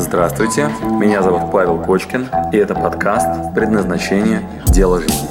Здравствуйте, меня зовут Павел Кочкин, и это подкаст «Предназначение. Дело жизни».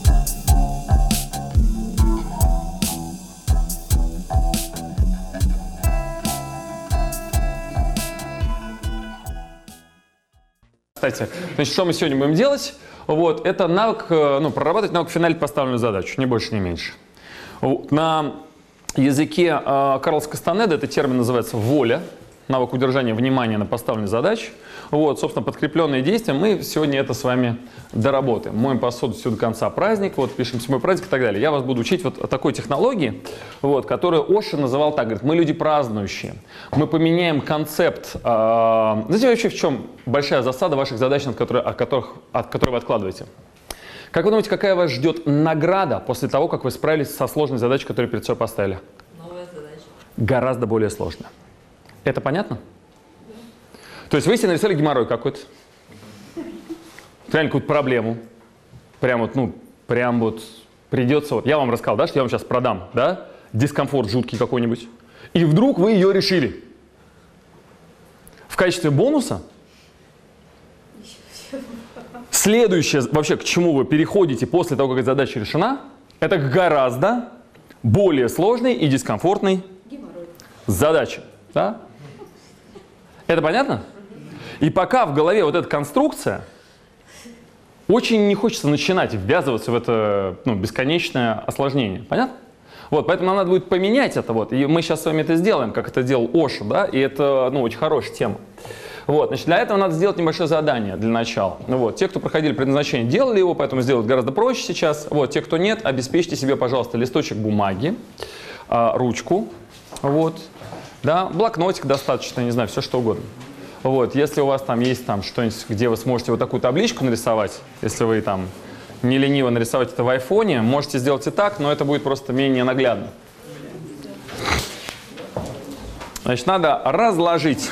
Кстати, значит, что мы сегодня будем делать? Вот, это навык, прорабатывать навык финалить поставленную задачу, ни больше, ни меньше. На языке Карлса Кастанеды этот термин называется «воля», навык удержания внимания на поставленной задаче. Вот, собственно, подкрепленные действия, мы сегодня это с вами доработаем. Моем посуду все до конца праздник, вот, пишем «Седьмой праздник» и так далее. Я вас буду учить вот такой технологии, вот, которую Оша называл так, говорит, мы люди празднующие. Мы поменяем концепт. Знаете вообще, в чем большая засада ваших задач, от которой вы откладываете? Как вы думаете, какая вас ждет награда после того, как вы справились со сложной задачей, которую перед собой поставили? Новая задача. Гораздо более сложная. Это понятно? То есть вы себе нарисовали геморрой какой-то, реально какую-то проблему, прям вот придется, я вам рассказал, да, что я вам сейчас продам, да, дискомфорт жуткий какой-нибудь, и вдруг вы ее решили. В качестве бонуса следующее, вообще, к чему вы переходите после того, как эта задача решена, это гораздо более сложной и дискомфортной задача. Да? Это понятно? И пока в голове вот эта конструкция, очень не хочется начинать ввязываться в это бесконечное осложнение. Понятно? Вот, поэтому нам надо будет поменять это. Вот, и мы сейчас с вами это сделаем, как это делал Оша. Да? И это очень хорошая тема. Вот, значит, для этого надо сделать небольшое задание для начала. Вот, те, кто проходили предназначение, делали его, поэтому сделать гораздо проще сейчас. Вот, те, кто нет, обеспечьте себе, пожалуйста, листочек бумаги, ручку, вот, да, блокнотик достаточно, не знаю, все что угодно. Вот, если у вас там есть что-нибудь, где вы сможете вот такую табличку нарисовать, если вы там не лениво нарисовать это в айфоне, можете сделать и так, но это будет просто менее наглядно. Значит, надо разложить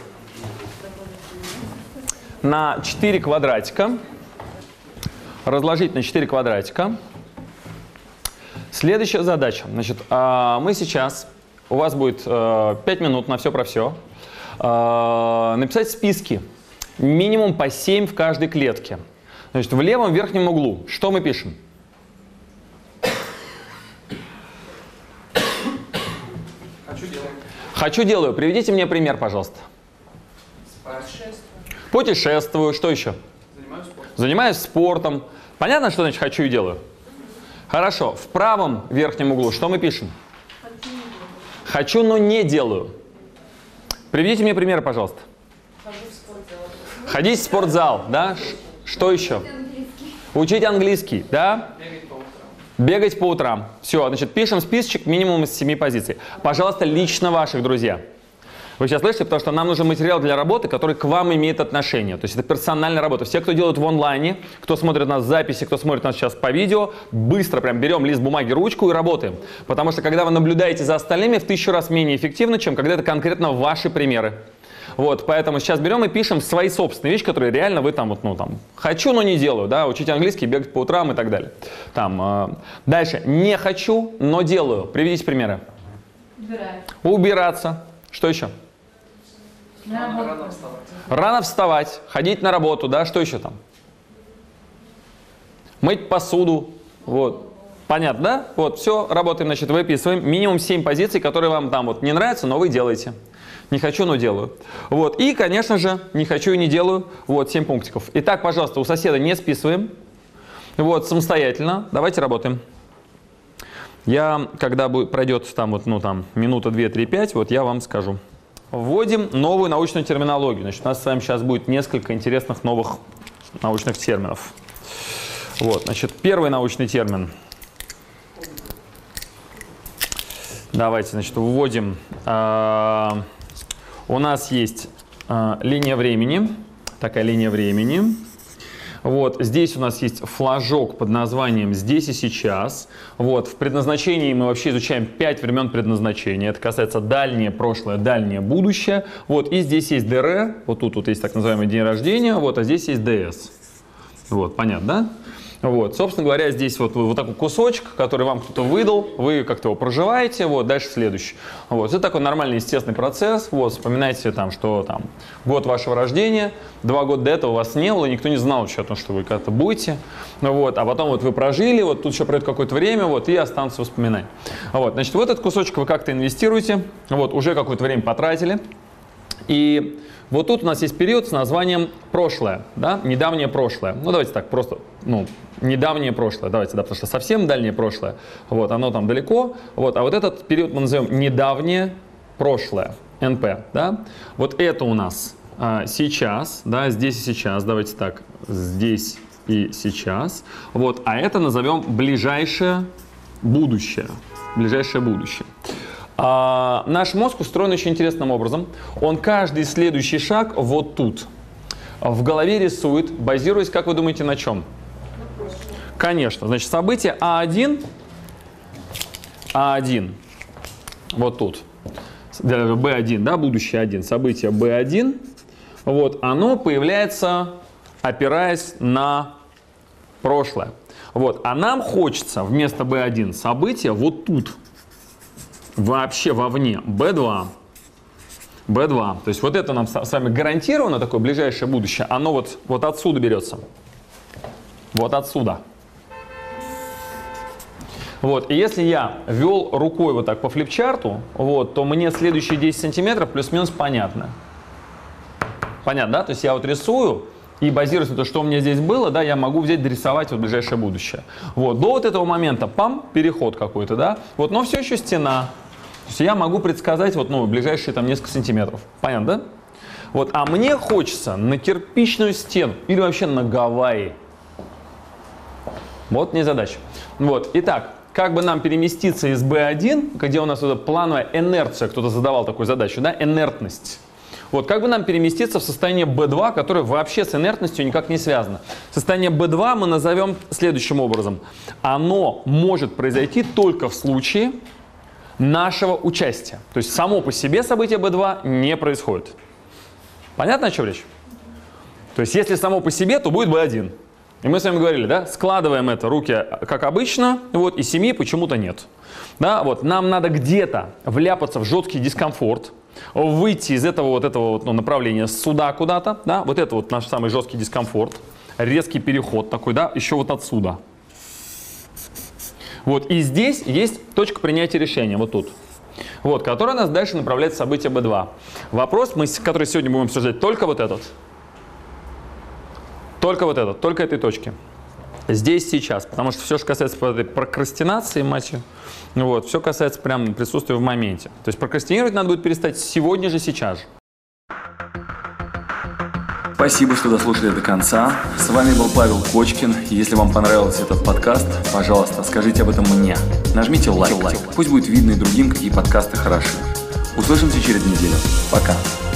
на 4 квадратика. Разложить на 4 квадратика. Следующая задача. Значит, мы сейчас, у вас будет 5 минут на все про все. Написать списки. Минимум по 7 в каждой клетке. Значит, в левом верхнем углу. Что мы пишем? Хочу делаю. Приведите мне пример, пожалуйста. Путешествую. Что еще? Занимаюсь спортом. Понятно, что значит хочу и делаю? Хорошо. В правом верхнем углу что мы пишем? Хочу, но не делаю. Приведите мне примеры, пожалуйста. Ходить в спортзал, да? Что еще? Учить английский, да? Бегать по утрам. Все, значит, пишем списочек минимум из 7 позиций. Пожалуйста, лично ваших, друзья. Вы сейчас слышите, потому что нам нужен материал для работы, который к вам имеет отношение. То есть это персональная работа. Все, кто делают в онлайне, кто смотрит нас в записи, кто смотрит нас сейчас по видео, быстро прям берем лист бумаги, ручку и работаем. Потому что когда вы наблюдаете за остальными, в 1000 раз менее эффективно, чем когда это конкретно ваши примеры. Вот, поэтому сейчас берем и пишем свои собственные вещи, которые реально вы хочу, но не делаю, да, учить английский, бегать по утрам и так далее. Дальше. Не хочу, но делаю. Приведите примеры. Убираться. Что еще? Рано вставать, ходить на работу, да, что еще там? Мыть посуду, вот. Понятно, да? Вот, все, работаем, значит, выписываем. Минимум 7 позиций, которые вам не нравятся, но вы делаете. Не хочу, но делаю. Вот, и, конечно же, не хочу и не делаю. Вот, 7 пунктиков. Итак, пожалуйста, у соседа не списываем. Вот, самостоятельно. Давайте работаем. Когда пройдет минута, 2, 3, 5, вот я вам скажу. Вводим новую научную терминологию. Значит, у нас с вами сейчас будет несколько интересных новых научных терминов. Вот, значит, первый научный термин. Давайте, значит, вводим. У нас есть линия времени. Такая линия времени. Вот, здесь у нас есть флажок под названием «Здесь и сейчас». Вот, в предназначении мы вообще изучаем 5 времен предназначения. Это касается дальнее прошлое, дальнее будущее. Вот, и здесь есть ДР, вот тут есть так называемый день рождения, вот, а здесь есть ДС. Вот, понятно, да? Вот, собственно говоря, здесь вот такой кусочек, который вам кто-то выдал, вы как-то его проживаете, вот, дальше следующий. Вот, это такой нормальный, естественный процесс, вот, вспоминайте там, что там, год вашего рождения, 2 года до этого вас не было, никто не знал вообще о том, что вы когда-то будете, вот, а потом вот вы прожили, вот тут еще пройдет какое-то время, вот, и останутся воспоминания. Вот, значит, вот этот кусочек вы как-то инвестируете, вот, уже какое-то время потратили, и вот тут у нас есть период с названием прошлое, да, недавнее прошлое. Ну, давайте так, просто, недавнее прошлое, давайте, да, потому что совсем дальнее прошлое, вот, оно там далеко, вот, а вот этот период мы назовем недавнее прошлое, НП, да. Вот это у нас сейчас, да, здесь и сейчас, давайте так, здесь и сейчас, вот, а это назовем ближайшее будущее, Наш мозг устроен очень интересным образом. Он каждый следующий шаг вот тут в голове рисует, базируясь, как вы думаете, на чем? Конечно. Значит, событие А1, вот тут, Б1, да, будущее 1, событие Б1, вот, оно появляется, опираясь на прошлое. Вот, а нам хочется вместо Б1 события вот тут, вообще вовне, B2. То есть вот это нам с вами гарантировано, такое ближайшее будущее, оно вот отсюда берется. Вот отсюда. Вот, и если я вел рукой вот так по флипчарту, вот, то мне следующие 10 сантиметров плюс-минус понятно. Понятно, да? То есть я вот рисую, и базируясь на том, что у меня здесь было, да, я могу взять, дорисовать вот ближайшее будущее. Вот, до вот этого момента, переход какой-то, да, вот, но все еще стена. То есть я могу предсказать вот, ближайшие там несколько сантиметров. Понятно, да? Вот, а мне хочется на кирпичную стену или вообще на Гавайи. Вот не задача. Вот, итак, как бы нам переместиться из B1, где у нас вот плановая инерция, кто-то задавал такую задачу, да, инертность. Вот, как бы нам переместиться в состояние B2, которое вообще с инертностью никак не связано. Состояние B2 мы назовем следующим образом. Оно может произойти только в случае нашего участия. То есть само по себе событие B2 не происходит. Понятно, о чем речь? То есть если само по себе, то будет B1. И мы с вами говорили, да, складываем это, руки как обычно, вот, и семьи почему-то нет. Да, вот, нам надо где-то вляпаться в жесткий дискомфорт, выйти из этого направления сюда куда-то, да, вот это вот наш самый жесткий дискомфорт, резкий переход такой, да, еще вот отсюда. Вот, и здесь есть точка принятия решения, вот тут, вот, которая нас дальше направляет в событие B2. Вопрос, который сегодня будем обсуждать, только вот этот. Только этой точки. Здесь, сейчас. Потому что все, что касается этой прокрастинации, вот, все касается прям присутствия в моменте. То есть прокрастинировать надо будет перестать сегодня же, сейчас же. Спасибо, что дослушали до конца. С вами был Павел Кочкин. Если вам понравился этот подкаст, пожалуйста, скажите об этом мне. Нажмите лайк. Пусть будет видно и другим, какие подкасты хороши. Услышимся через неделю. Пока.